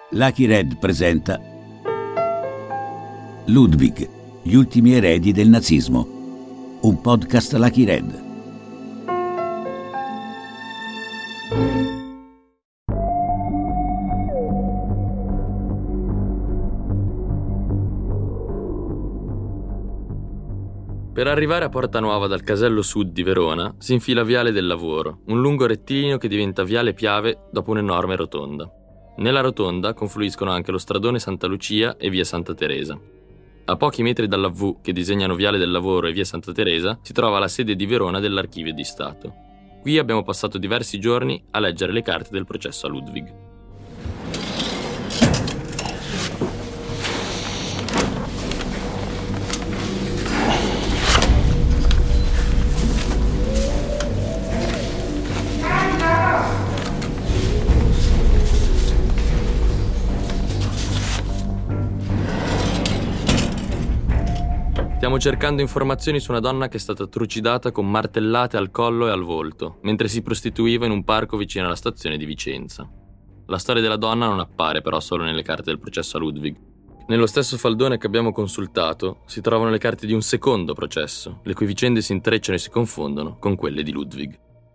Lucky Red presenta Ludwig, gli ultimi eredi del nazismo, un podcast Lucky Red. Per arrivare a Porta Nuova dal casello sud di Verona si infila Viale del Lavoro, un lungo rettilineo che diventa Viale Piave dopo un'enorme rotonda. Nella rotonda confluiscono anche lo stradone Santa Lucia e via Santa Teresa. A pochi metri dalla V che disegnano Viale del Lavoro e via Santa Teresa si trova la sede di Verona dell'Archivio di Stato. Qui abbiamo passato diversi giorni a leggere le carte del processo a Ludwig. Stiamo cercando informazioni su una donna che è stata trucidata con martellate al collo e al volto, mentre si prostituiva in un parco vicino alla stazione di Vicenza. La storia della donna non appare però solo nelle carte del processo a Ludwig. Nello stesso faldone che abbiamo consultato si trovano le carte di un secondo processo, le cui vicende si intrecciano e si confondono con quelle di Ludwig.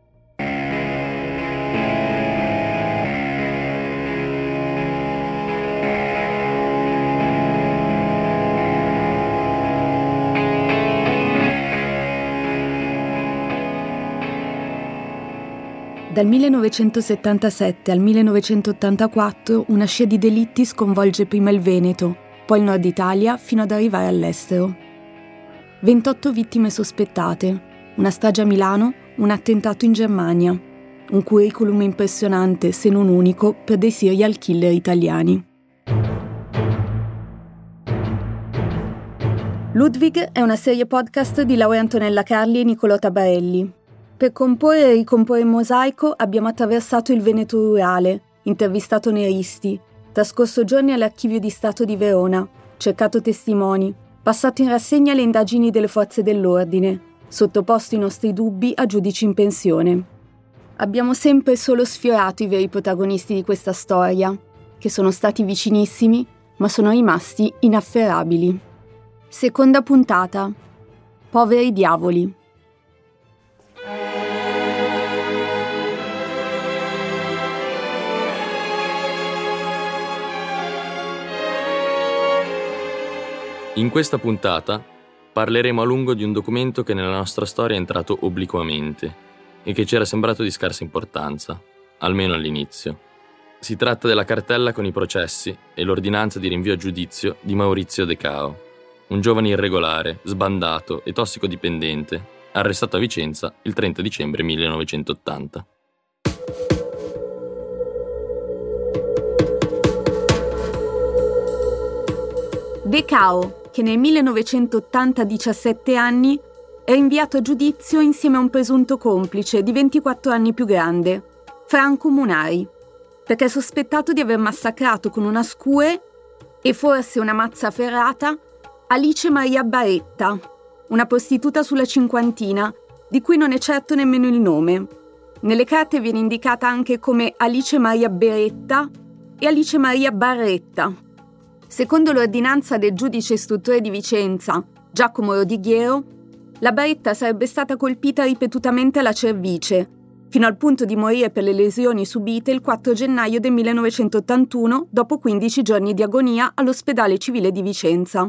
Dal 1977 al 1984 una scia di delitti sconvolge prima il Veneto, poi il Nord Italia, fino ad arrivare all'estero. 28 vittime sospettate, una strage a Milano, un attentato in Germania, un curriculum impressionante, se non unico, per dei serial killer italiani. Ludwig è una serie podcast di Laura Antonella Carli e Niccolò Tabarelli. Per comporre e ricomporre il mosaico abbiamo attraversato il Veneto rurale, intervistato neristi, trascorso giorni all'Archivio di Stato di Verona, cercato testimoni, passato in rassegna le indagini delle forze dell'ordine, sottoposto i nostri dubbi a giudici in pensione. Abbiamo sempre solo sfiorato i veri protagonisti di questa storia, che sono stati vicinissimi, ma sono rimasti inafferrabili. Seconda puntata. Poveri diavoli. In questa puntata parleremo a lungo di un documento che nella nostra storia è entrato obliquamente e che ci era sembrato di scarsa importanza, almeno all'inizio. Si tratta della cartella con i processi e l'ordinanza di rinvio a giudizio di Maurizio De Cao, un giovane irregolare, sbandato e tossicodipendente, arrestato a Vicenza il 30 dicembre 1980. De Cao, che nel 1980 a 17 anni è rinviato a giudizio insieme a un presunto complice di 24 anni più grande, Franco Munari, perché è sospettato di aver massacrato con una scure e forse una mazza ferrata Alice Maria Baretta, una prostituta sulla cinquantina, di cui non è certo nemmeno il nome. Nelle carte viene indicata anche come Alice Maria Beretta e Alice Maria Barretta. Secondo l'ordinanza del giudice istruttore di Vicenza, Giacomo Rodighiero, la Baretta sarebbe stata colpita ripetutamente alla cervice, fino al punto di morire per le lesioni subite il 4 gennaio del 1981, dopo 15 giorni di agonia all'ospedale civile di Vicenza.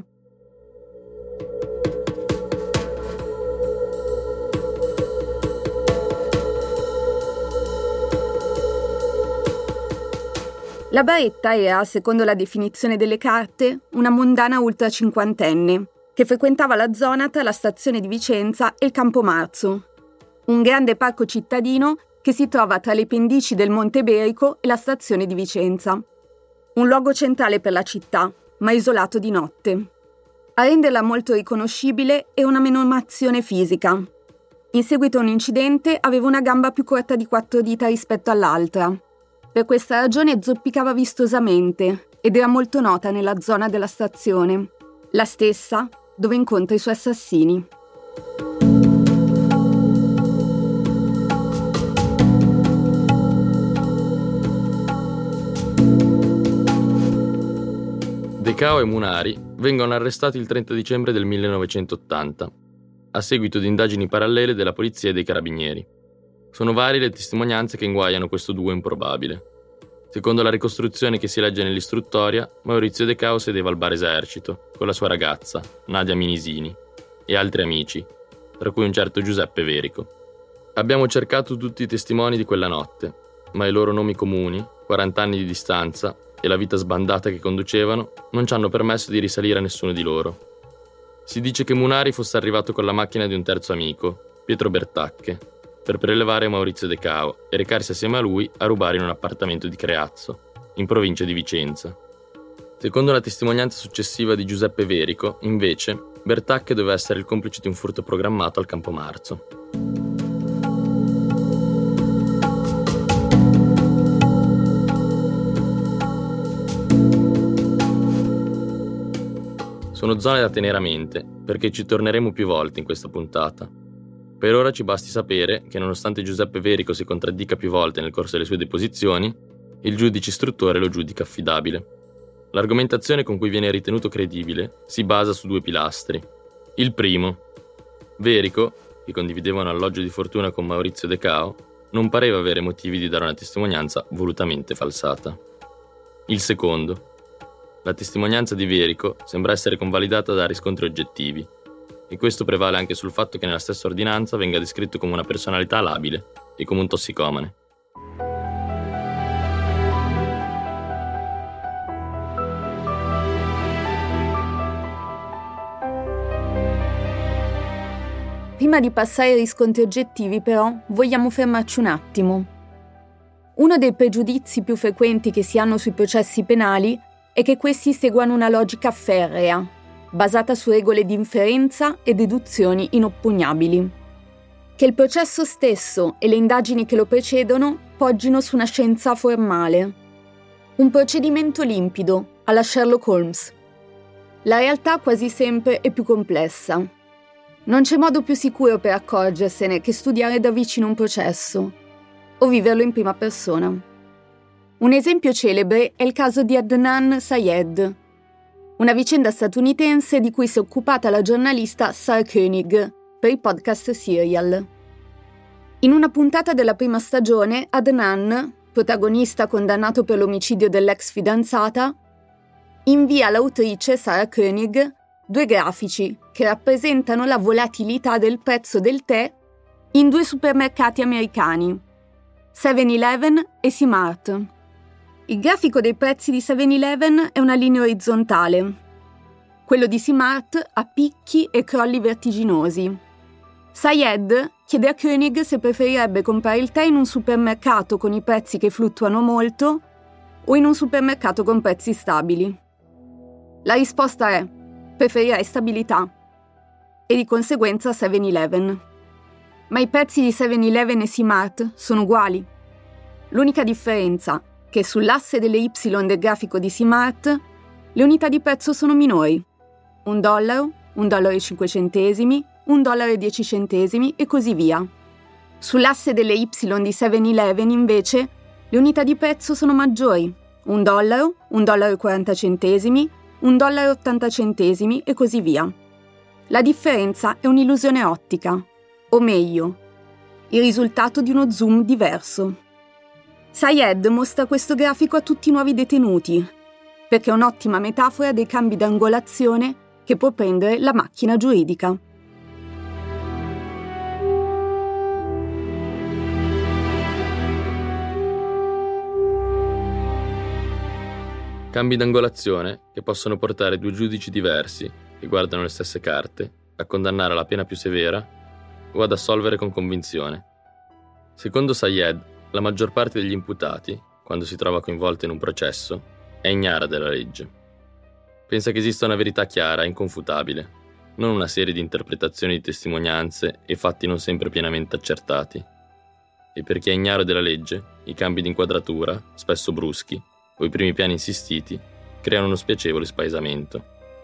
La Baretta era, secondo la definizione delle carte, una mondana ultracinquantenne, che frequentava la zona tra la stazione di Vicenza e il Campo Marzo, un grande parco cittadino che si trova tra le pendici del Monte Berico e la stazione di Vicenza. Un luogo centrale per la città, ma isolato di notte. A renderla molto riconoscibile è una menomazione fisica. In seguito a un incidente aveva una gamba più corta di 4 dita rispetto all'altra. Per questa ragione zoppicava vistosamente ed era molto nota nella zona della stazione, la stessa dove incontra i suoi assassini. Cao e Munari vengono arrestati il 30 dicembre del 1980, a seguito di indagini parallele della polizia e dei carabinieri. Sono varie le testimonianze che inguaiano questo duo improbabile. Secondo la ricostruzione che si legge nell'istruttoria, Maurizio De Cao sedeva al bar Esercito con la sua ragazza, Nadia Minisini, e altri amici, tra cui un certo Giuseppe Verico. Abbiamo cercato tutti i testimoni di quella notte, ma i loro nomi comuni, 40 anni di distanza e la vita sbandata che conducevano non ci hanno permesso di risalire a nessuno di loro. Si dice che Munari fosse arrivato con la macchina di un terzo amico, Pietro Bertacche, per prelevare Maurizio De Cao e recarsi assieme a lui a rubare in un appartamento di Creazzo, in provincia di Vicenza. Secondo una testimonianza successiva di Giuseppe Verico, invece, Bertacche doveva essere il complice di un furto programmato al Campomarzo. Sono zone da tenere a mente, perché ci torneremo più volte in questa puntata. Per ora ci basti sapere che, nonostante Giuseppe Verico si contraddica più volte nel corso delle sue deposizioni, il giudice istruttore lo giudica affidabile. L'argomentazione con cui viene ritenuto credibile si basa su due pilastri. Il primo: Verico, che condivideva un alloggio di fortuna con Maurizio De Cao, non pareva avere motivi di dare una testimonianza volutamente falsata. Il secondo: la testimonianza di Verico sembra essere convalidata da riscontri oggettivi, e questo prevale anche sul fatto che nella stessa ordinanza venga descritto come una personalità labile e come un tossicomane. Prima di passare ai riscontri oggettivi, però, vogliamo fermarci un attimo. Uno dei pregiudizi più frequenti che si hanno sui processi penali è che questi seguano una logica ferrea, basata su regole di inferenza e deduzioni inoppugnabili. Che il processo stesso e le indagini che lo precedono poggino su una scienza formale. Un procedimento limpido, alla Sherlock Holmes. La realtà quasi sempre è più complessa. Non c'è modo più sicuro per accorgersene che studiare da vicino un processo, o viverlo in prima persona. Un esempio celebre è il caso di Adnan Syed, una vicenda statunitense di cui si è occupata la giornalista Sarah Koenig per il podcast Serial. In una puntata della prima stagione, Adnan, protagonista condannato per l'omicidio dell'ex fidanzata, invia all'autrice Sarah Koenig 2 grafici che rappresentano la volatilità del prezzo del tè in 2 supermercati americani, 7-Eleven e C-Mart. Il grafico dei prezzi di 7-Eleven è una linea orizzontale. Quello di C-Mart ha picchi e crolli vertiginosi. Syed chiede a Koenig se preferirebbe comprare il tè in un supermercato con i prezzi che fluttuano molto o in un supermercato con prezzi stabili. La risposta è: preferirei stabilità e di conseguenza 7-Eleven. Ma i prezzi di 7-Eleven e C-Mart sono uguali. L'unica differenza che sull'asse delle Y del grafico di C-Mart le unità di prezzo sono minori. $1, $1,05, $1,10 e così via. Sull'asse delle Y di 7-Eleven invece le unità di prezzo sono maggiori. $1, $1,40, $1,80 e così via. La differenza è un'illusione ottica, o meglio, il risultato di uno zoom diverso. Syed mostra questo grafico a tutti i nuovi detenuti, perché è un'ottima metafora dei cambi d'angolazione che può prendere la macchina giuridica. Cambi d'angolazione che possono portare 2 giudici diversi, che guardano le stesse carte, a condannare alla pena più severa o ad assolvere con convinzione. Secondo Syed, la maggior parte degli imputati, quando si trova coinvolta in un processo, è ignara della legge. Pensa che esista una verità chiara e inconfutabile, non una serie di interpretazioni di testimonianze e fatti non sempre pienamente accertati. E per chi è ignaro della legge, i cambi di inquadratura, spesso bruschi, o i primi piani insistiti, creano uno spiacevole spaesamento.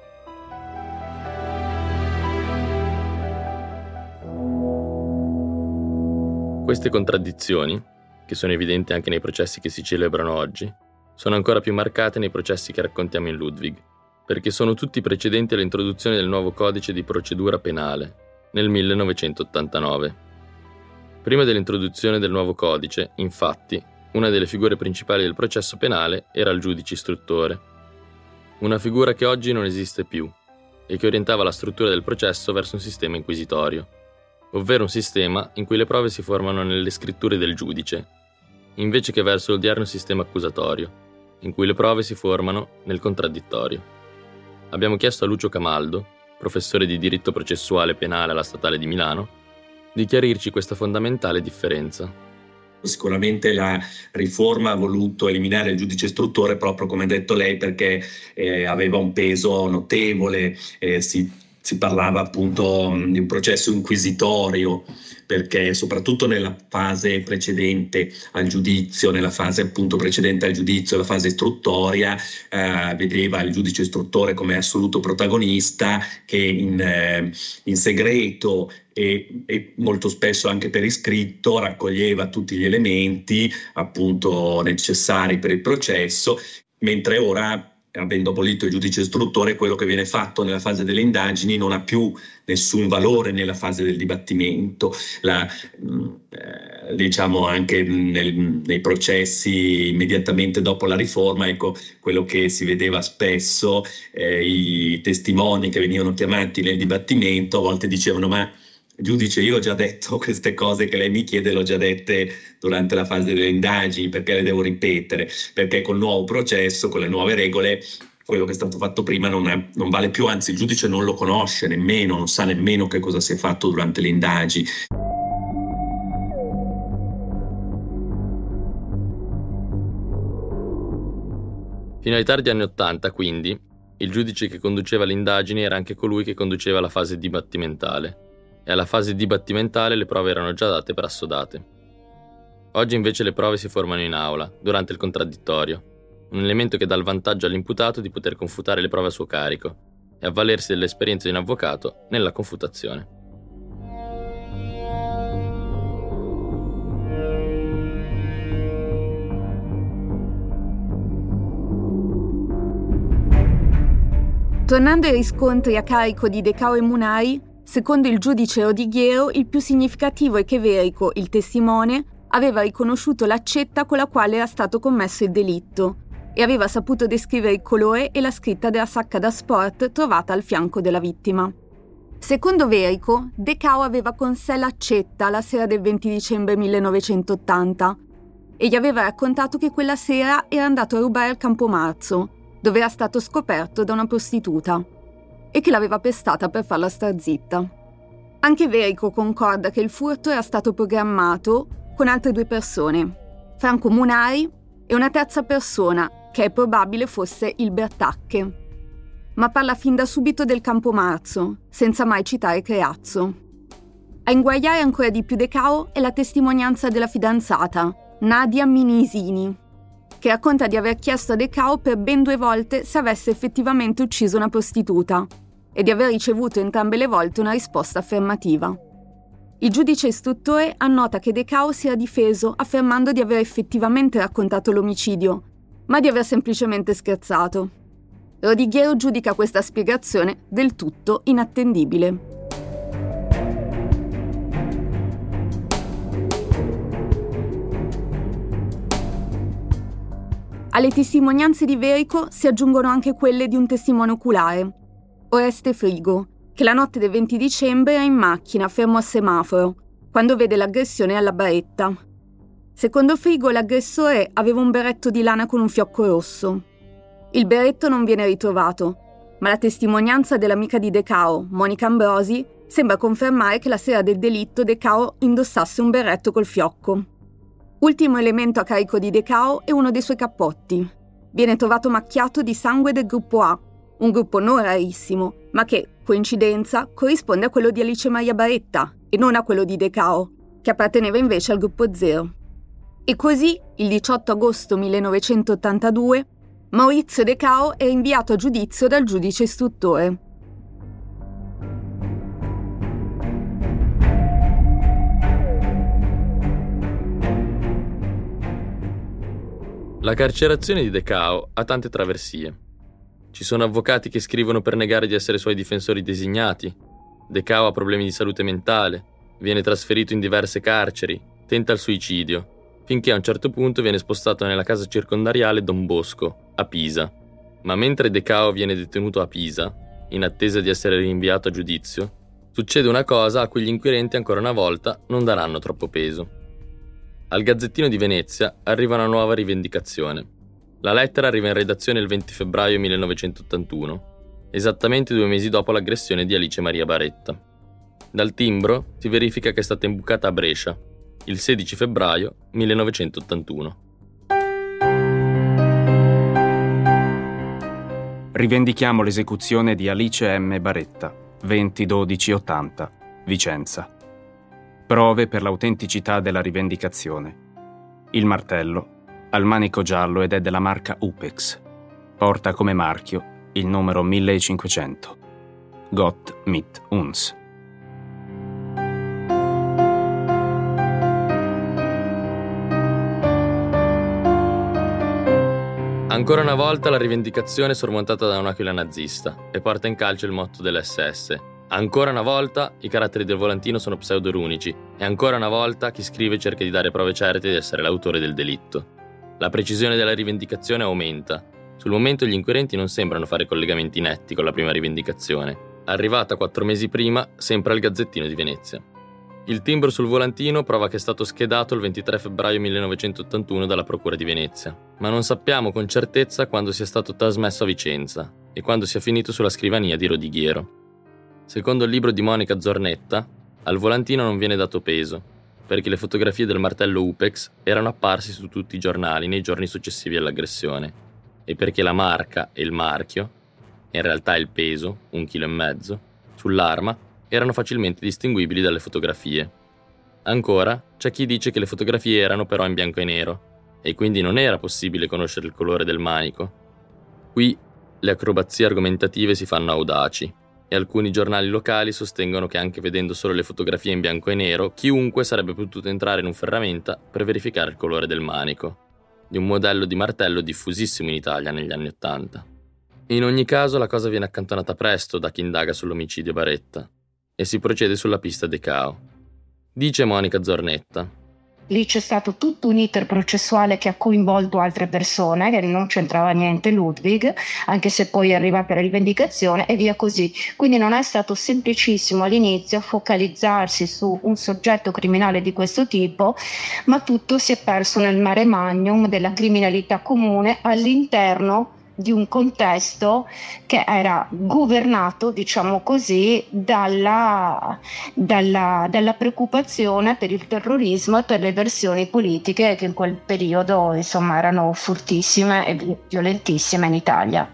Queste contraddizioni, che sono evidenti anche nei processi che si celebrano oggi, sono ancora più marcate nei processi che raccontiamo in Ludwig, perché sono tutti precedenti all'introduzione del nuovo codice di procedura penale, nel 1989. Prima dell'introduzione del nuovo codice, infatti, una delle figure principali del processo penale era il giudice istruttore. Una figura che oggi non esiste più e che orientava la struttura del processo verso un sistema inquisitorio, ovvero un sistema in cui le prove si formano nelle scritture del giudice, invece che verso l'odierno sistema accusatorio, in cui le prove si formano nel contraddittorio. Abbiamo chiesto a Lucio Camaldo, professore di diritto processuale penale alla Statale di Milano, di chiarirci questa fondamentale differenza. Sicuramente la riforma ha voluto eliminare il giudice istruttore proprio come ha detto lei perché aveva un peso notevole, si parlava appunto di un processo inquisitorio perché soprattutto nella fase precedente al giudizio, la fase istruttoria, vedeva il giudice istruttore come assoluto protagonista che in segreto e molto spesso anche per iscritto raccoglieva tutti gli elementi appunto necessari per il processo, mentre ora, avendo abolito il giudice istruttore, quello che viene fatto nella fase delle indagini non ha più nessun valore nella fase del dibattimento. Diciamo anche nei processi immediatamente dopo la riforma, ecco, quello che si vedeva spesso, i testimoni che venivano chiamati nel dibattimento a volte dicevano: ma giudice, io ho già detto queste cose che lei mi chiede, le ho già dette durante la fase delle indagini, perché le devo ripetere? Perché col nuovo processo, con le nuove regole, quello che è stato fatto prima non vale più, anzi il giudice non lo conosce nemmeno, non sa nemmeno che cosa si è fatto durante le indagini. Fino ai tardi anni '80, quindi, il giudice che conduceva le indagini era anche colui che conduceva la fase dibattimentale. E alla fase dibattimentale le prove erano già date per assodate. Oggi invece le prove si formano in aula, durante il contraddittorio, un elemento che dà il vantaggio all'imputato di poter confutare le prove a suo carico e avvalersi dell'esperienza di un avvocato nella confutazione. Tornando ai riscontri a carico di De Cao e Munari, secondo il giudice Rodighiero, il più significativo è che Verico, il testimone, aveva riconosciuto l'accetta con la quale era stato commesso il delitto e aveva saputo descrivere il colore e la scritta della sacca da sport trovata al fianco della vittima. Secondo Verico, De Cao aveva con sé l'accetta la sera del 20 dicembre 1980 e gli aveva raccontato che quella sera era andato a rubare al Campomarzo, dove era stato scoperto da una prostituta, e che l'aveva pestata per farla star zitta. Anche Verico concorda che il furto era stato programmato con altre 2 persone, Franco Munari e una terza persona, che è probabile fosse il Bertacche. Ma parla fin da subito del Campomarzo, senza mai citare Creazzo. A inguaiare ancora di più De Cao è la testimonianza della fidanzata, Nadia Minisini, che racconta di aver chiesto a De Cao per ben 2 volte se avesse effettivamente ucciso una prostituta e di aver ricevuto entrambe le volte una risposta affermativa. Il giudice istruttore annota che De Cao si era difeso affermando di aver effettivamente raccontato l'omicidio, ma di aver semplicemente scherzato. Rodighiero giudica questa spiegazione del tutto inattendibile. Alle testimonianze di Verico si aggiungono anche quelle di un testimone oculare, Oreste Frigo, che la notte del 20 dicembre è in macchina fermo a semaforo, quando vede l'aggressione alla Baretta. Secondo Frigo, l'aggressore aveva un berretto di lana con un fiocco rosso. Il berretto non viene ritrovato, ma la testimonianza dell'amica di De Cao, Monica Ambrosi, sembra confermare che la sera del delitto De Cao indossasse un berretto col fiocco. Ultimo elemento a carico di De Cao è uno dei suoi cappotti. Viene trovato macchiato di sangue del gruppo A, un gruppo non rarissimo, ma che, coincidenza, corrisponde a quello di Alice Maria Baretta e non a quello di De Cao, che apparteneva invece al gruppo 0. E così, il 18 agosto 1982, Maurizio De Cao è rinviato a giudizio dal giudice istruttore. La carcerazione di De Cao ha tante traversie. Ci sono avvocati che scrivono per negare di essere suoi difensori designati. De Cao ha problemi di salute mentale, viene trasferito in diverse carceri, tenta il suicidio, finché a un certo punto viene spostato nella casa circondariale Don Bosco, a Pisa. Ma mentre De Cao viene detenuto a Pisa, in attesa di essere rinviato a giudizio, succede una cosa a cui gli inquirenti ancora una volta non daranno troppo peso. Al Gazzettino di Venezia arriva una nuova rivendicazione. La lettera arriva in redazione il 20 febbraio 1981, esattamente 2 mesi dopo l'aggressione di Alice Maria Baretta. Dal timbro si verifica che è stata imbucata a Brescia, il 16 febbraio 1981. Rivendichiamo l'esecuzione di Alice M. Baretta, 20-12-80, Vicenza. Prove per l'autenticità della rivendicazione. Il martello, al manico giallo ed è della marca Upex. Porta come marchio il numero 1500. Gott mit uns. Ancora una volta la rivendicazione è sormontata da un'aquila nazista e porta in calce il motto dell'SS. Ancora una volta i caratteri del volantino sono pseudorunici e ancora una volta chi scrive cerca di dare prove certe di essere l'autore del delitto. La precisione della rivendicazione aumenta. Sul momento gli inquirenti non sembrano fare collegamenti netti con la prima rivendicazione, arrivata 4 mesi prima, sempre al Gazzettino di Venezia. Il timbro sul volantino prova che è stato schedato il 23 febbraio 1981 dalla Procura di Venezia, ma non sappiamo con certezza quando sia stato trasmesso a Vicenza e quando sia finito sulla scrivania di Rodighiero. Secondo il libro di Monica Zornetta, al volantino non viene dato peso, perché le fotografie del martello Upex erano apparsi su tutti i giornali nei giorni successivi all'aggressione e perché la marca e il marchio, in realtà il peso, 1,5 kg, sull'arma erano facilmente distinguibili dalle fotografie. Ancora, c'è chi dice che le fotografie erano però in bianco e nero e quindi non era possibile conoscere il colore del manico. Qui le acrobazie argomentative si fanno audaci e alcuni giornali locali sostengono che anche vedendo solo le fotografie in bianco e nero, chiunque sarebbe potuto entrare in un ferramenta per verificare il colore del manico, di un modello di martello diffusissimo in Italia negli anni '80. In ogni caso la cosa viene accantonata presto da chi indaga sull'omicidio Baretta e si procede sulla pista De Cao. Dice Monica Zornetta: lì c'è stato tutto un iter processuale che ha coinvolto altre persone, che non c'entrava niente Ludwig, anche se poi è arrivata la rivendicazione e via così. Quindi non è stato semplicissimo all'inizio focalizzarsi su un soggetto criminale di questo tipo, ma tutto si è perso nel mare magnum della criminalità comune all'interno di un contesto che era governato, diciamo così, dalla preoccupazione per il terrorismo e per le versioni politiche che in quel periodo, insomma, erano fortissime e violentissime in Italia.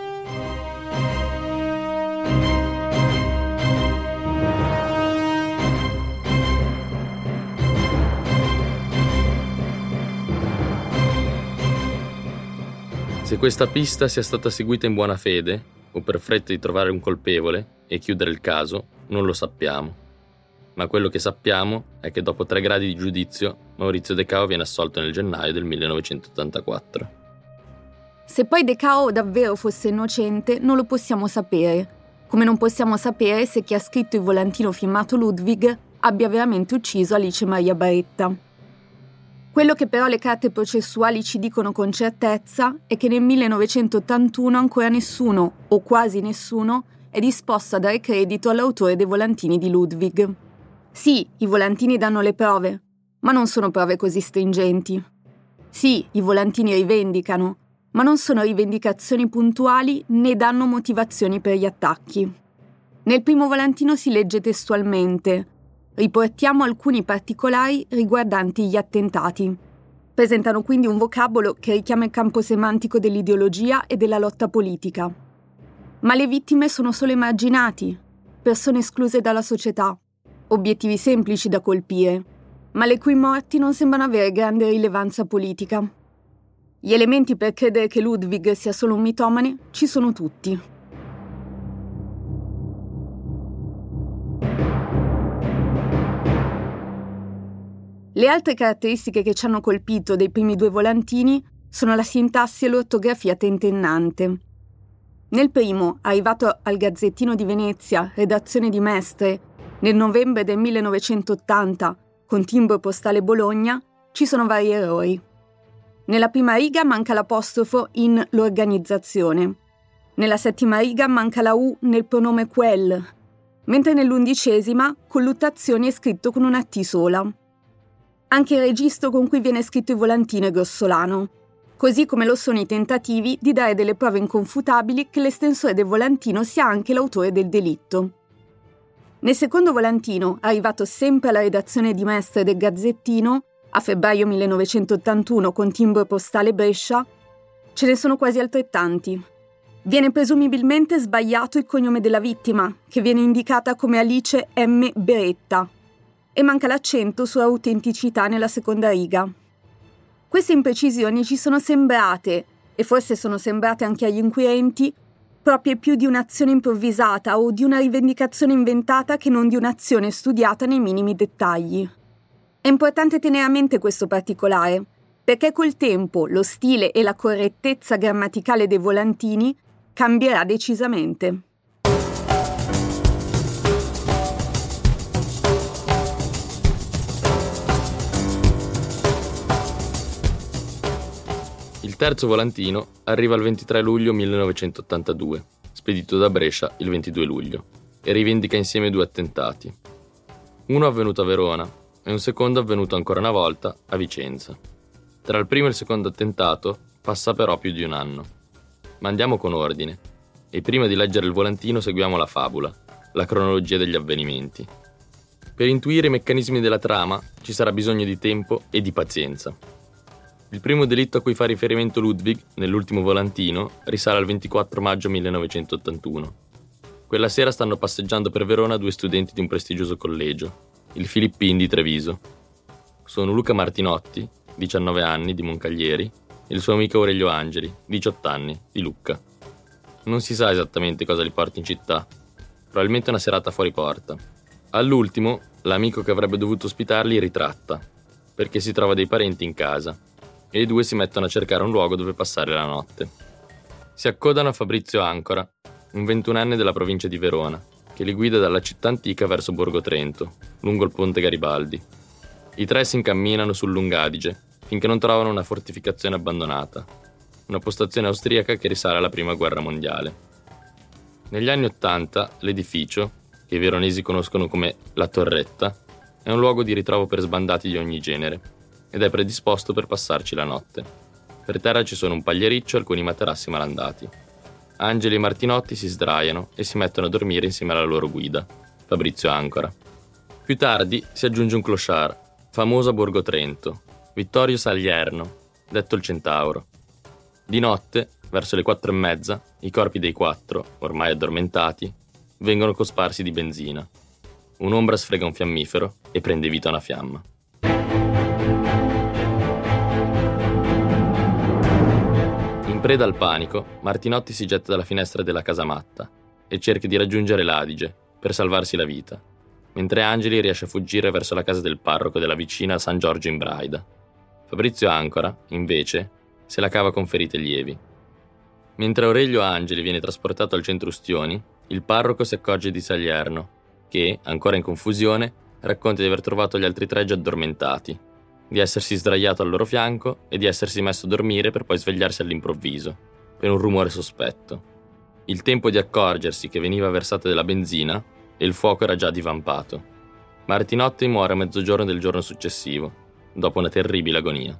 Se questa pista sia stata seguita in buona fede, o per fretta di trovare un colpevole e chiudere il caso, non lo sappiamo. Ma quello che sappiamo è che dopo 3 gradi di giudizio, Maurizio De Cao viene assolto nel gennaio del 1984. Se poi De Cao davvero fosse innocente, non lo possiamo sapere, come non possiamo sapere se chi ha scritto il volantino firmato Ludwig abbia veramente ucciso Alice Maria Baretta. Quello che però le carte processuali ci dicono con certezza è che nel 1981 ancora nessuno, o quasi nessuno, è disposto a dare credito all'autore dei volantini di Ludwig. Sì, i volantini danno le prove, ma non sono prove così stringenti. Sì, i volantini rivendicano, ma non sono rivendicazioni puntuali né danno motivazioni per gli attacchi. Nel primo volantino si legge testualmente: riportiamo alcuni particolari riguardanti gli attentati. Presentano quindi un vocabolo che richiama il campo semantico dell'ideologia e della lotta politica. Ma le vittime sono solo emarginati, persone escluse dalla società, obiettivi semplici da colpire, ma le cui morti non sembrano avere grande rilevanza politica. Gli elementi per credere che Ludwig sia solo un mitomane ci sono tutti. Le altre caratteristiche che ci hanno colpito dei primi 2 volantini sono la sintassi e l'ortografia tentennante. Nel primo, arrivato al Gazzettino di Venezia, redazione di Mestre, nel novembre del 1980, con timbro postale Bologna, ci sono vari errori. Nella prima riga manca l'apostrofo in l'organizzazione. Nella settima riga manca la U nel pronome quel, mentre nell'11ª colluttazione è scritto con una T sola. Anche il registro con cui viene scritto il volantino è grossolano, così come lo sono i tentativi di dare delle prove inconfutabili che l'estensore del volantino sia anche l'autore del delitto. Nel secondo volantino, arrivato sempre alla redazione di Mestre del Gazzettino, a febbraio 1981 con timbro postale Brescia, ce ne sono quasi altrettanti. Viene presumibilmente sbagliato il cognome della vittima, che viene indicata come Alice M. Beretta, e manca l'accento su autenticità nella seconda riga. Queste imprecisioni ci sono sembrate, e forse sono sembrate anche agli inquirenti, proprio più di un'azione improvvisata o di una rivendicazione inventata che non di un'azione studiata nei minimi dettagli. È importante tenere a mente questo particolare, perché col tempo lo stile e la correttezza grammaticale dei volantini cambierà decisamente. Il terzo volantino arriva il 23 luglio 1982, spedito da Brescia il 22 luglio, e rivendica insieme 2 attentati. Uno avvenuto a Verona e un secondo avvenuto ancora una volta a Vicenza. Tra il primo e il secondo attentato passa però più di un anno. Ma andiamo con ordine, e prima di leggere il volantino seguiamo la fabula, la cronologia degli avvenimenti. Per intuire i meccanismi della trama ci sarà bisogno di tempo e di pazienza. Il primo delitto a cui fa riferimento Ludwig, nell'ultimo volantino, risale al 24 maggio 1981. Quella sera stanno passeggiando per Verona 2 studenti di un prestigioso collegio, il Filippin di Treviso. Sono Luca Martinotti, 19 anni, di Moncaglieri, e il suo amico Aurelio Angeli, 18 anni, di Lucca. Non si sa esattamente cosa li porti in città, probabilmente una serata fuori porta. All'ultimo, l'amico che avrebbe dovuto ospitarli ritratta, perché si trova dei parenti in casa, e i 2 si mettono a cercare un luogo dove passare la notte. Si accodano a Fabrizio Ancora, un 21enne della provincia di Verona, che li guida dalla città antica verso Borgo Trento, lungo il ponte Garibaldi. I 3 si incamminano sul Lungadige, finché non trovano una fortificazione abbandonata, una postazione austriaca che risale alla Prima Guerra Mondiale. Negli anni '80 l'edificio, che i veronesi conoscono come La Torretta, è un luogo di ritrovo per sbandati di ogni genere, ed è predisposto per passarci la notte. Per terra ci sono un pagliericcio e alcuni materassi malandati. Angeli e Martinotti si sdraiano e si mettono a dormire insieme alla loro guida, Fabrizio Ancora. Più tardi si aggiunge un clochard, famoso a Borgo Trento, Vittorio Saglierno, detto il Centauro. Di notte, verso le 4:30, i corpi dei 4, ormai addormentati, vengono cosparsi di benzina. Un'ombra sfrega un fiammifero e prende vita una fiamma. In preda al panico, Martinotti si getta dalla finestra della casamatta e cerca di raggiungere l'Adige per salvarsi la vita, mentre Angeli riesce a fuggire verso la casa del parroco della vicina San Giorgio in Braida. Fabrizio Ancora, invece, se la cava con ferite lievi. Mentre Aurelio Angeli viene trasportato al centro Ustioni, il parroco si accorge di Saglierno, che, ancora in confusione, racconta di aver trovato gli altri 3 già addormentati, di essersi sdraiato al loro fianco e di essersi messo a dormire per poi svegliarsi all'improvviso, per un rumore sospetto. Il tempo di accorgersi che veniva versata della benzina e il fuoco era già divampato. Martinotti muore a mezzogiorno del giorno successivo, dopo una terribile agonia.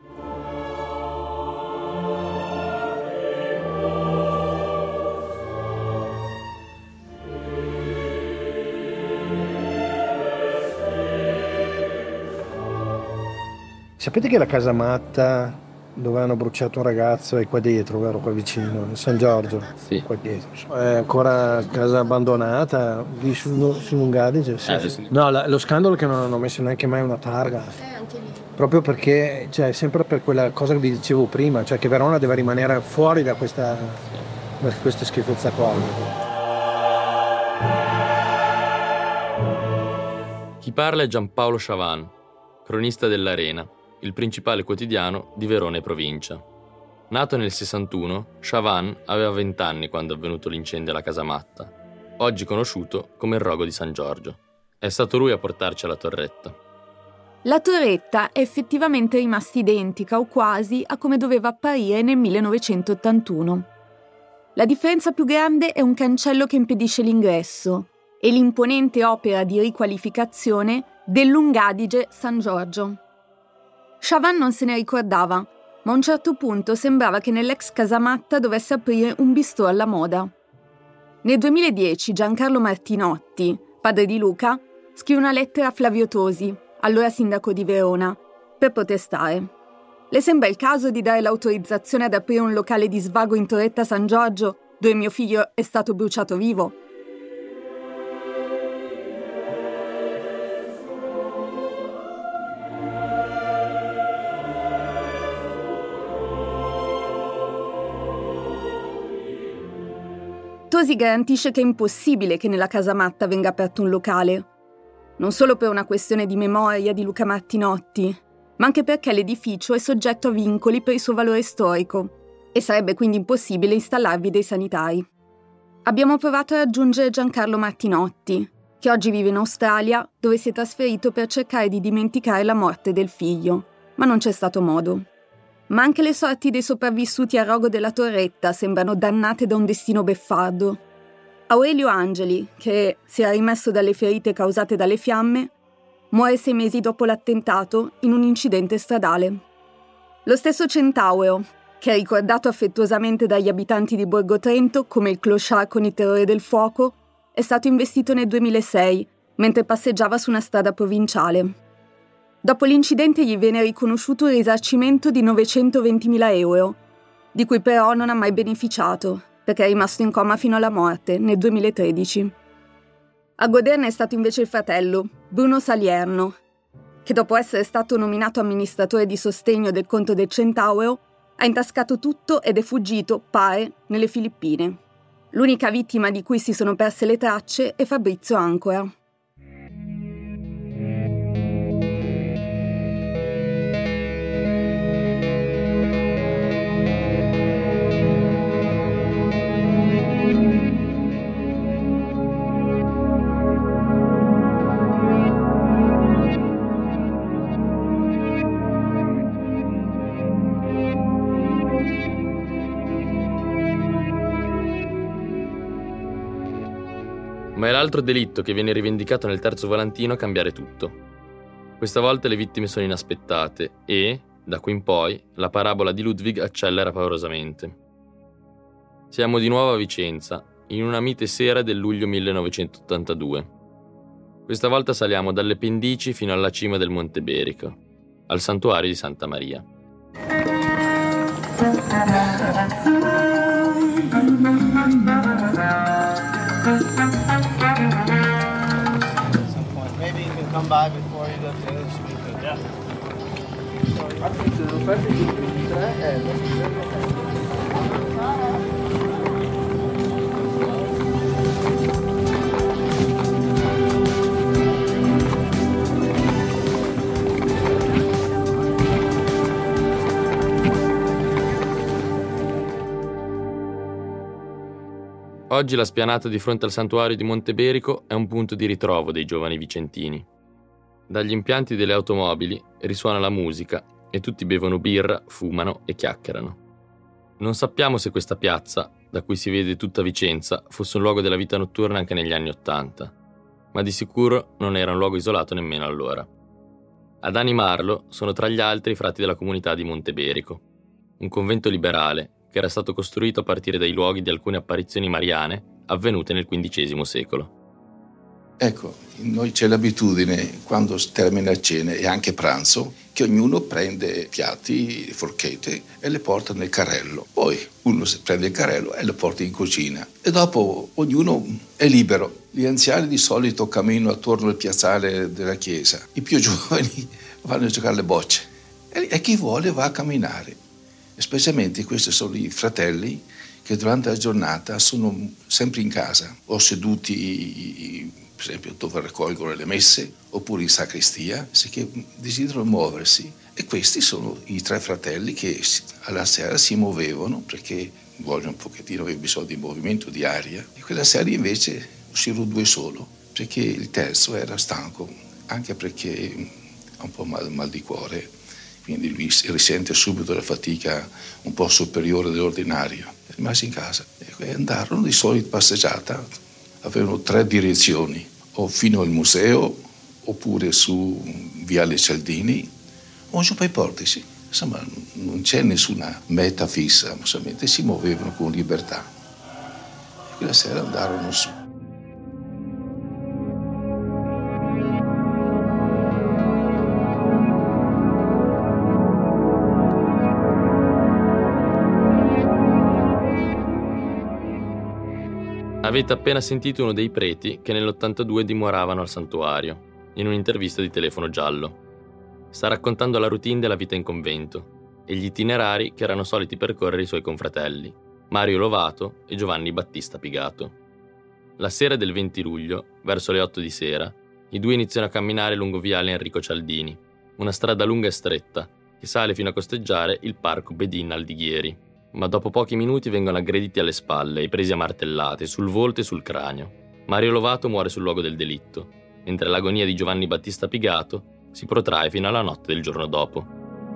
Sapete che la casamatta dove hanno bruciato un ragazzo è qua dietro, vero? Qua vicino, San Giorgio? Sì. Qua dietro. È ancora casa abbandonata, lì sul Lungadige? Sì. Sì. No, lo scandalo è che non hanno messo neanche mai una targa. Anche lì. Proprio perché, cioè, sempre per quella cosa che vi dicevo prima, cioè che Verona deve rimanere fuori da questa schifezza qua. Chi parla è Giampaolo Chavan, cronista dell'Arena, il principale quotidiano di Verona e provincia. Nato nel 61, Chavan aveva 20 anni quando è avvenuto l'incendio alla casamatta, oggi conosciuto come il rogo di San Giorgio. È stato lui a portarci alla torretta. La torretta è effettivamente rimasta identica o quasi a come doveva apparire nel 1981. La differenza più grande è un cancello che impedisce l'ingresso e l'imponente opera di riqualificazione del Lungadige San Giorgio. Chavan non se ne ricordava, ma a un certo punto sembrava che nell'ex casamatta dovesse aprire un bistrò alla moda. Nel 2010 Giancarlo Martinotti, padre di Luca, scrive una lettera a Flavio Tosi, allora sindaco di Verona, per protestare. Le sembra il caso di dare l'autorizzazione ad aprire un locale di svago in Torretta San Giorgio, dove mio figlio è stato bruciato vivo? Tosi garantisce che è impossibile che nella casamatta venga aperto un locale, non solo per una questione di memoria di Luca Martinotti, ma anche perché l'edificio è soggetto a vincoli per il suo valore storico e sarebbe quindi impossibile installarvi dei sanitari. Abbiamo provato a raggiungere Giancarlo Martinotti, che oggi vive in Australia, dove si è trasferito per cercare di dimenticare la morte del figlio, ma non c'è stato modo. Ma anche le sorti dei sopravvissuti al rogo della torretta sembrano dannate da un destino beffardo. Aurelio Angeli, che si era rimesso dalle ferite causate dalle fiamme, muore 6 mesi dopo l'attentato in un incidente stradale. Lo stesso Centauro, che è ricordato affettuosamente dagli abitanti di Borgo Trento come il clochard con il terrore del fuoco, è stato investito nel 2006, mentre passeggiava su una strada provinciale. Dopo l'incidente gli viene riconosciuto un risarcimento di 920.000 euro, di cui però non ha mai beneficiato, perché è rimasto in coma fino alla morte, nel 2013. A goderne è stato invece il fratello, Bruno Salierno, che dopo essere stato nominato amministratore di sostegno del conto del Centauro, ha intascato tutto ed è fuggito, pare, nelle Filippine. L'unica vittima di cui si sono perse le tracce è Fabrizio Ancora. Ma è l'altro delitto che viene rivendicato nel terzo volantino a cambiare tutto. Questa volta le vittime sono inaspettate e, da qui in poi, la parabola di Ludwig accelera paurosamente. Siamo di nuovo a Vicenza, in una mite sera del luglio 1982. Questa volta saliamo dalle pendici fino alla cima del Monte Berico, al santuario di Santa Maria. Come by before you go to the speaker. Yeah. I think the first thing you do is Oggi la spianata di fronte al santuario di Monte Berico è un punto di ritrovo dei giovani vicentini. Dagli impianti delle automobili risuona la musica e tutti bevono birra, fumano e chiacchierano. Non sappiamo se questa piazza, da cui si vede tutta Vicenza, fosse un luogo della vita notturna anche negli anni '80, ma di sicuro non era un luogo isolato nemmeno allora. Ad animarlo sono tra gli altri i frati della comunità di Monte Berico, un convento liberale che era stato costruito a partire dai luoghi di alcune apparizioni mariane avvenute nel XV secolo. Ecco, noi c'è l'abitudine, quando termina la cena e anche pranzo, che ognuno prende piatti, forchette e le porta nel carrello. Poi uno prende il carrello e lo porta in cucina. E dopo ognuno è libero. Gli anziani di solito camminano attorno al piazzale della chiesa. I più giovani vanno a giocare alle bocce. E chi vuole va a camminare. E specialmente questi sono i fratelli che durante la giornata sono sempre in casa o seduti per esempio dove raccolgono le messe, oppure in sacrestia, che desiderano muoversi. E questi sono i 3 fratelli che alla sera si muovevano perché vogliono un pochettino, avere bisogno di movimento, di aria. E quella sera invece uscirono 2 solo, perché il terzo era stanco, anche perché ha un po' mal di cuore, quindi lui risente subito la fatica un po' superiore dell'ordinario. Rimase in casa e andarono di solito passeggiata, avevano 3 direzioni, o fino al museo, oppure su Viale Cialdini, o giù per i portici. Insomma, non c'è nessuna meta fissa, solamente si muovevano con libertà. E quella sera andarono su. Avete appena sentito uno dei preti che nell'82 dimoravano al santuario, in un'intervista di Telefono Giallo. Sta raccontando la routine della vita in convento e gli itinerari che erano soliti percorrere i suoi confratelli, Mario Lovato e Giovanni Battista Pigato. La sera del 20 luglio, verso le 8 di sera, i due iniziano a camminare lungo Viale Enrico Cialdini, una strada lunga e stretta che sale fino a costeggiare il parco Bedin Aldighieri. Ma dopo pochi minuti vengono aggrediti alle spalle e presi a martellate sul volto e sul cranio. Mario Lovato muore sul luogo del delitto, mentre l'agonia di Giovanni Battista Pigato si protrae fino alla notte del giorno dopo.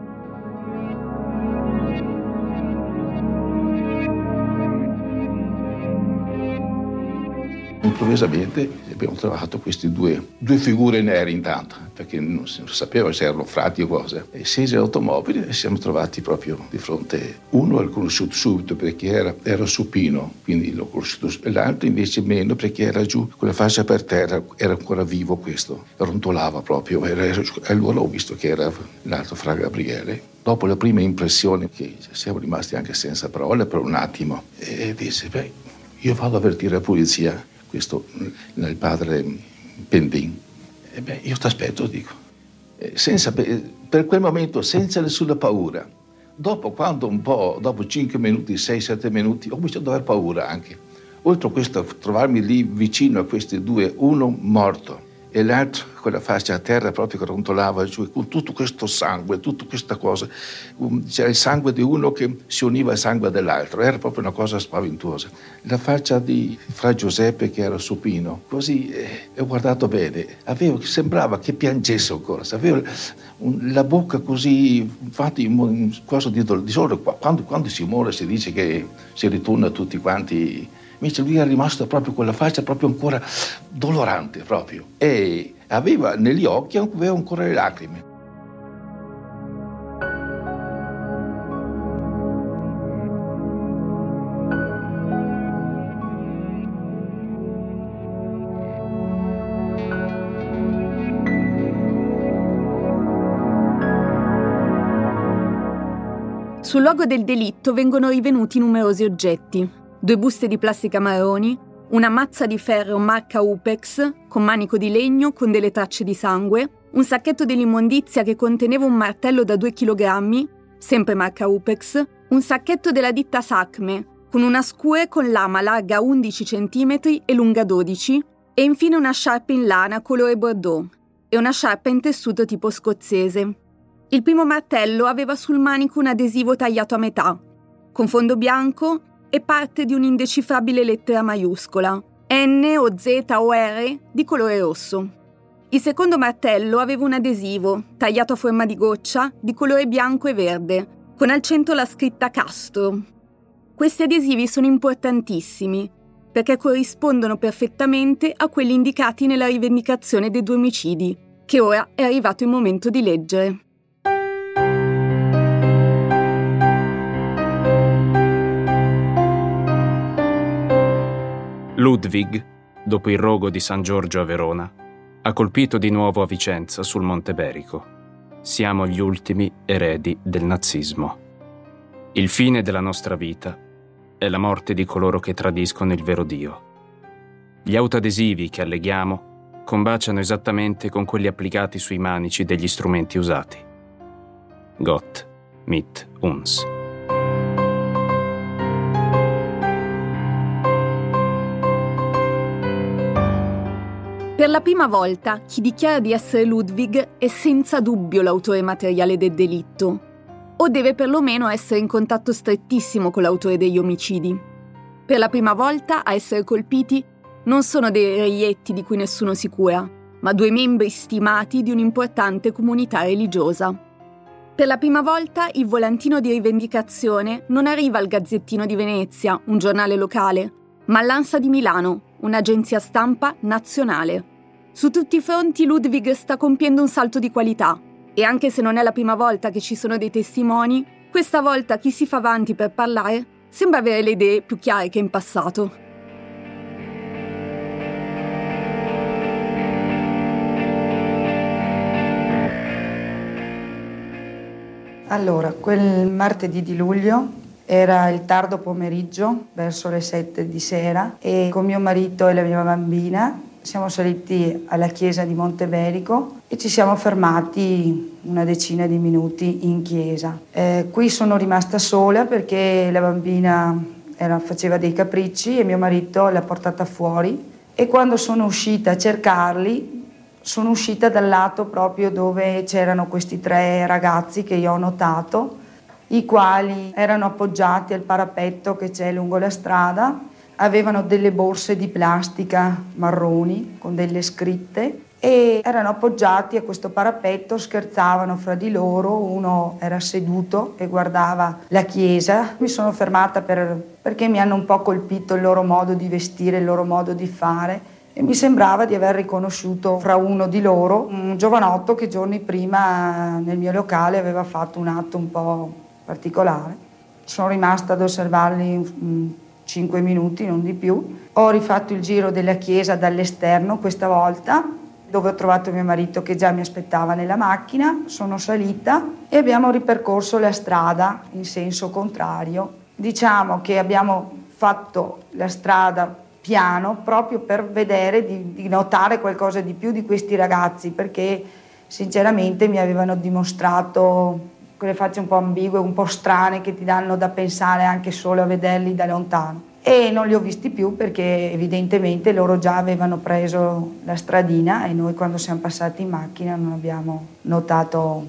Improvvisamente abbiamo trovato queste due figure nere intanto, perché non si sapeva se erano frati o cosa. E scesi l'automobile e siamo trovati proprio di fronte. Uno l'ho conosciuto subito perché era supino, quindi l'ho conosciuto, e l'altro invece meno perché era giù con la faccia per terra, era ancora vivo questo, rontolava proprio. Allora ho visto che era l'altro fra Gabriele. Dopo la prima impressione, che siamo rimasti anche senza parole per un attimo, e disse, io vado a avvertire la polizia. Questo il padre Pendin. Io ti aspetto, dico. Per quel momento, senza nessuna paura. Dopo, quando un po', dopo 5 minuti, 6-7 minuti, ho cominciato ad aver paura anche. Oltre a questo, trovarmi lì vicino a questi due, uno morto e l'altro con la faccia a terra proprio che rontolava giù, con tutto questo sangue, tutta questa cosa. C'era il sangue di uno che si univa al sangue dell'altro, era proprio una cosa spaventosa. La faccia di Fra Giuseppe che era supino, così ho guardato bene, sembrava che piangesse ancora, aveva la bocca così, infatti in cosa di solito quando si muore si dice che si ritorna tutti quanti. Invece lui era rimasto proprio con la faccia proprio ancora dolorante proprio e aveva negli occhi ancora le lacrime. Sul luogo del delitto vengono rivenuti numerosi oggetti. 2 buste di plastica marroni, una mazza di ferro marca Upex con manico di legno con delle tracce di sangue, un sacchetto dell'immondizia che conteneva un martello da 2 kg, sempre marca Upex, un sacchetto della ditta Sacme con una scure con lama larga 11 cm e lunga 12 e infine una sciarpa in lana colore bordeaux e una sciarpa in tessuto tipo scozzese. Il primo martello aveva sul manico un adesivo tagliato a metà, con fondo bianco e parte di un'indecifrabile lettera maiuscola, N o Z o R di colore rosso. Il secondo martello aveva un adesivo, tagliato a forma di goccia, di colore bianco e verde, con al centro la scritta Castro. Questi adesivi sono importantissimi, perché corrispondono perfettamente a quelli indicati nella rivendicazione dei 2 omicidi, che ora è arrivato il momento di leggere. Ludwig, dopo il rogo di San Giorgio a Verona, ha colpito di nuovo a Vicenza sul Monte Berico. Siamo gli ultimi eredi del nazismo. Il fine della nostra vita è la morte di coloro che tradiscono il vero Dio. Gli autoadesivi che alleghiamo combaciano esattamente con quelli applicati sui manici degli strumenti usati. Gott mit uns. Per la prima volta, chi dichiara di essere Ludwig è senza dubbio l'autore materiale del delitto, o deve perlomeno essere in contatto strettissimo con l'autore degli omicidi. Per la prima volta a essere colpiti non sono dei reietti di cui nessuno si cura, ma 2 membri stimati di un'importante comunità religiosa. Per la prima volta il volantino di rivendicazione non arriva al Gazzettino di Venezia, un giornale locale, ma all'Ansa di Milano, un'agenzia stampa nazionale. Su tutti i fronti Ludwig sta compiendo un salto di qualità e anche se non è la prima volta che ci sono dei testimoni, questa volta chi si fa avanti per parlare sembra avere le idee più chiare che in passato. Allora, quel martedì di luglio era il tardo pomeriggio, verso le 7 di sera, e con mio marito e la mia bambina siamo saliti alla chiesa di Montebelico e ci siamo fermati una decina di minuti in chiesa. Qui sono rimasta sola perché la bambina faceva dei capricci e mio marito l'ha portata fuori, e quando sono uscita a cercarli sono uscita dal lato proprio dove c'erano questi 3 ragazzi che io ho notato, i quali erano appoggiati al parapetto che c'è lungo la strada, avevano delle borse di plastica marroni con delle scritte e erano appoggiati a questo parapetto, scherzavano fra di loro, uno era seduto e guardava la chiesa. Mi sono fermata perché mi hanno un po' colpito il loro modo di vestire, il loro modo di fare, e mi sembrava di aver riconosciuto fra uno di loro un giovanotto che giorni prima nel mio locale aveva fatto un atto un po' particolare. Sono rimasta ad osservarli 5 minuti, non di più. Ho rifatto il giro della chiesa dall'esterno questa volta, dove ho trovato mio marito che già mi aspettava nella macchina. Sono salita e abbiamo ripercorso la strada in senso contrario. Diciamo che abbiamo fatto la strada piano proprio per vedere di notare qualcosa di più di questi ragazzi, perché sinceramente mi avevano dimostrato quelle facce un po' ambigue, un po' strane, che ti danno da pensare anche solo a vederli da lontano. E non li ho visti più perché evidentemente loro già avevano preso la stradina e noi quando siamo passati in macchina non abbiamo notato.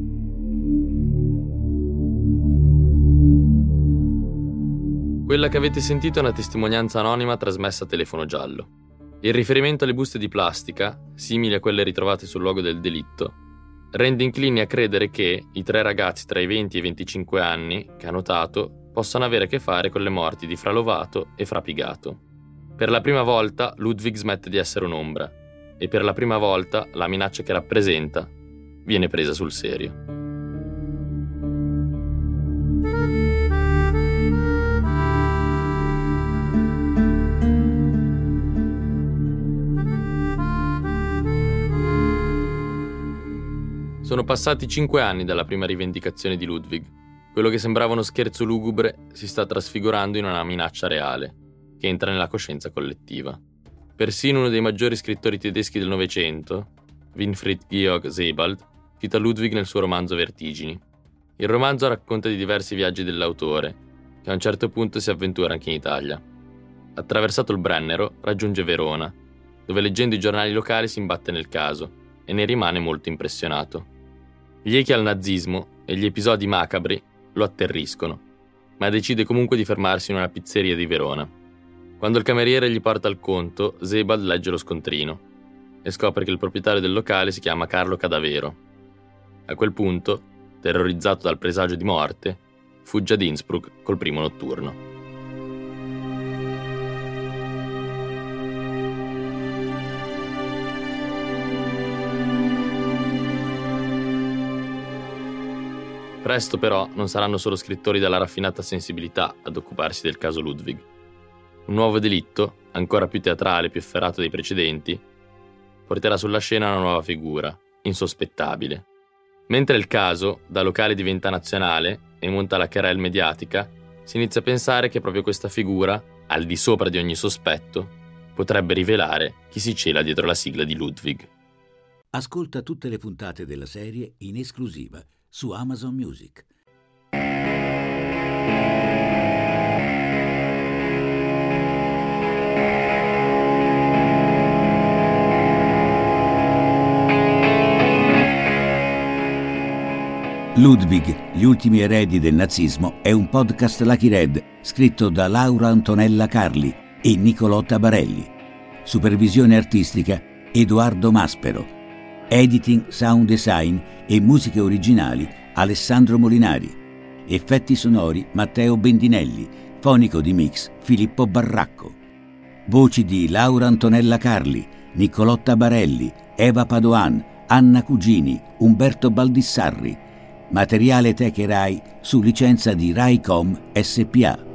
Quella che avete sentito è una testimonianza anonima trasmessa a telefono giallo. Il riferimento alle buste di plastica, simili a quelle ritrovate sul luogo del delitto, rende inclini a credere che i 3 ragazzi tra i 20 e i 25 anni, che ha notato, possano avere a che fare con le morti di Fra Lovato e Fra Pigato. Per la prima volta Ludwig smette di essere un'ombra e per la prima volta la minaccia che rappresenta viene presa sul serio. Sono passati 5 anni dalla prima rivendicazione di Ludwig. Quello che sembrava uno scherzo lugubre si sta trasfigurando in una minaccia reale, che entra nella coscienza collettiva. Persino uno dei maggiori scrittori tedeschi del Novecento, Winfried Georg Sebald, cita Ludwig nel suo romanzo Vertigini. Il romanzo racconta di diversi viaggi dell'autore, che a un certo punto si avventura anche in Italia. Attraversato il Brennero, raggiunge Verona, dove leggendo i giornali locali si imbatte nel caso e ne rimane molto impressionato. Gli echi al nazismo e gli episodi macabri lo atterriscono, ma decide comunque di fermarsi in una pizzeria di Verona. Quando il cameriere gli porta il conto, Sebald legge lo scontrino e scopre che il proprietario del locale si chiama Carlo Cadavero. A quel punto, terrorizzato dal presagio di morte, fugge ad Innsbruck col primo notturno. Presto però non saranno solo scrittori dalla raffinata sensibilità ad occuparsi del caso Ludwig. Un nuovo delitto, ancora più teatrale e più efferato dei precedenti, porterà sulla scena una nuova figura, insospettabile. Mentre il caso, da locale diventa nazionale e monta la querelle mediatica, si inizia a pensare che proprio questa figura, al di sopra di ogni sospetto, potrebbe rivelare chi si cela dietro la sigla di Ludwig. Ascolta tutte le puntate della serie in esclusiva su Amazon Music. Ludwig, gli ultimi eredi del nazismo è un podcast Lucky Red scritto da Laura Antonella Carli e Nicolotta Barelli. Supervisione artistica Edoardo Maspero. Editing, sound design e musiche originali Alessandro Molinari. Effetti sonori Matteo Bendinelli. Fonico di mix Filippo Barracco. Voci di Laura Antonella Carli, Nicolotta Barelli, Eva Padoan, Anna Cugini, Umberto Baldissarri. Materiale Tech e Rai su licenza di Raicom SPA.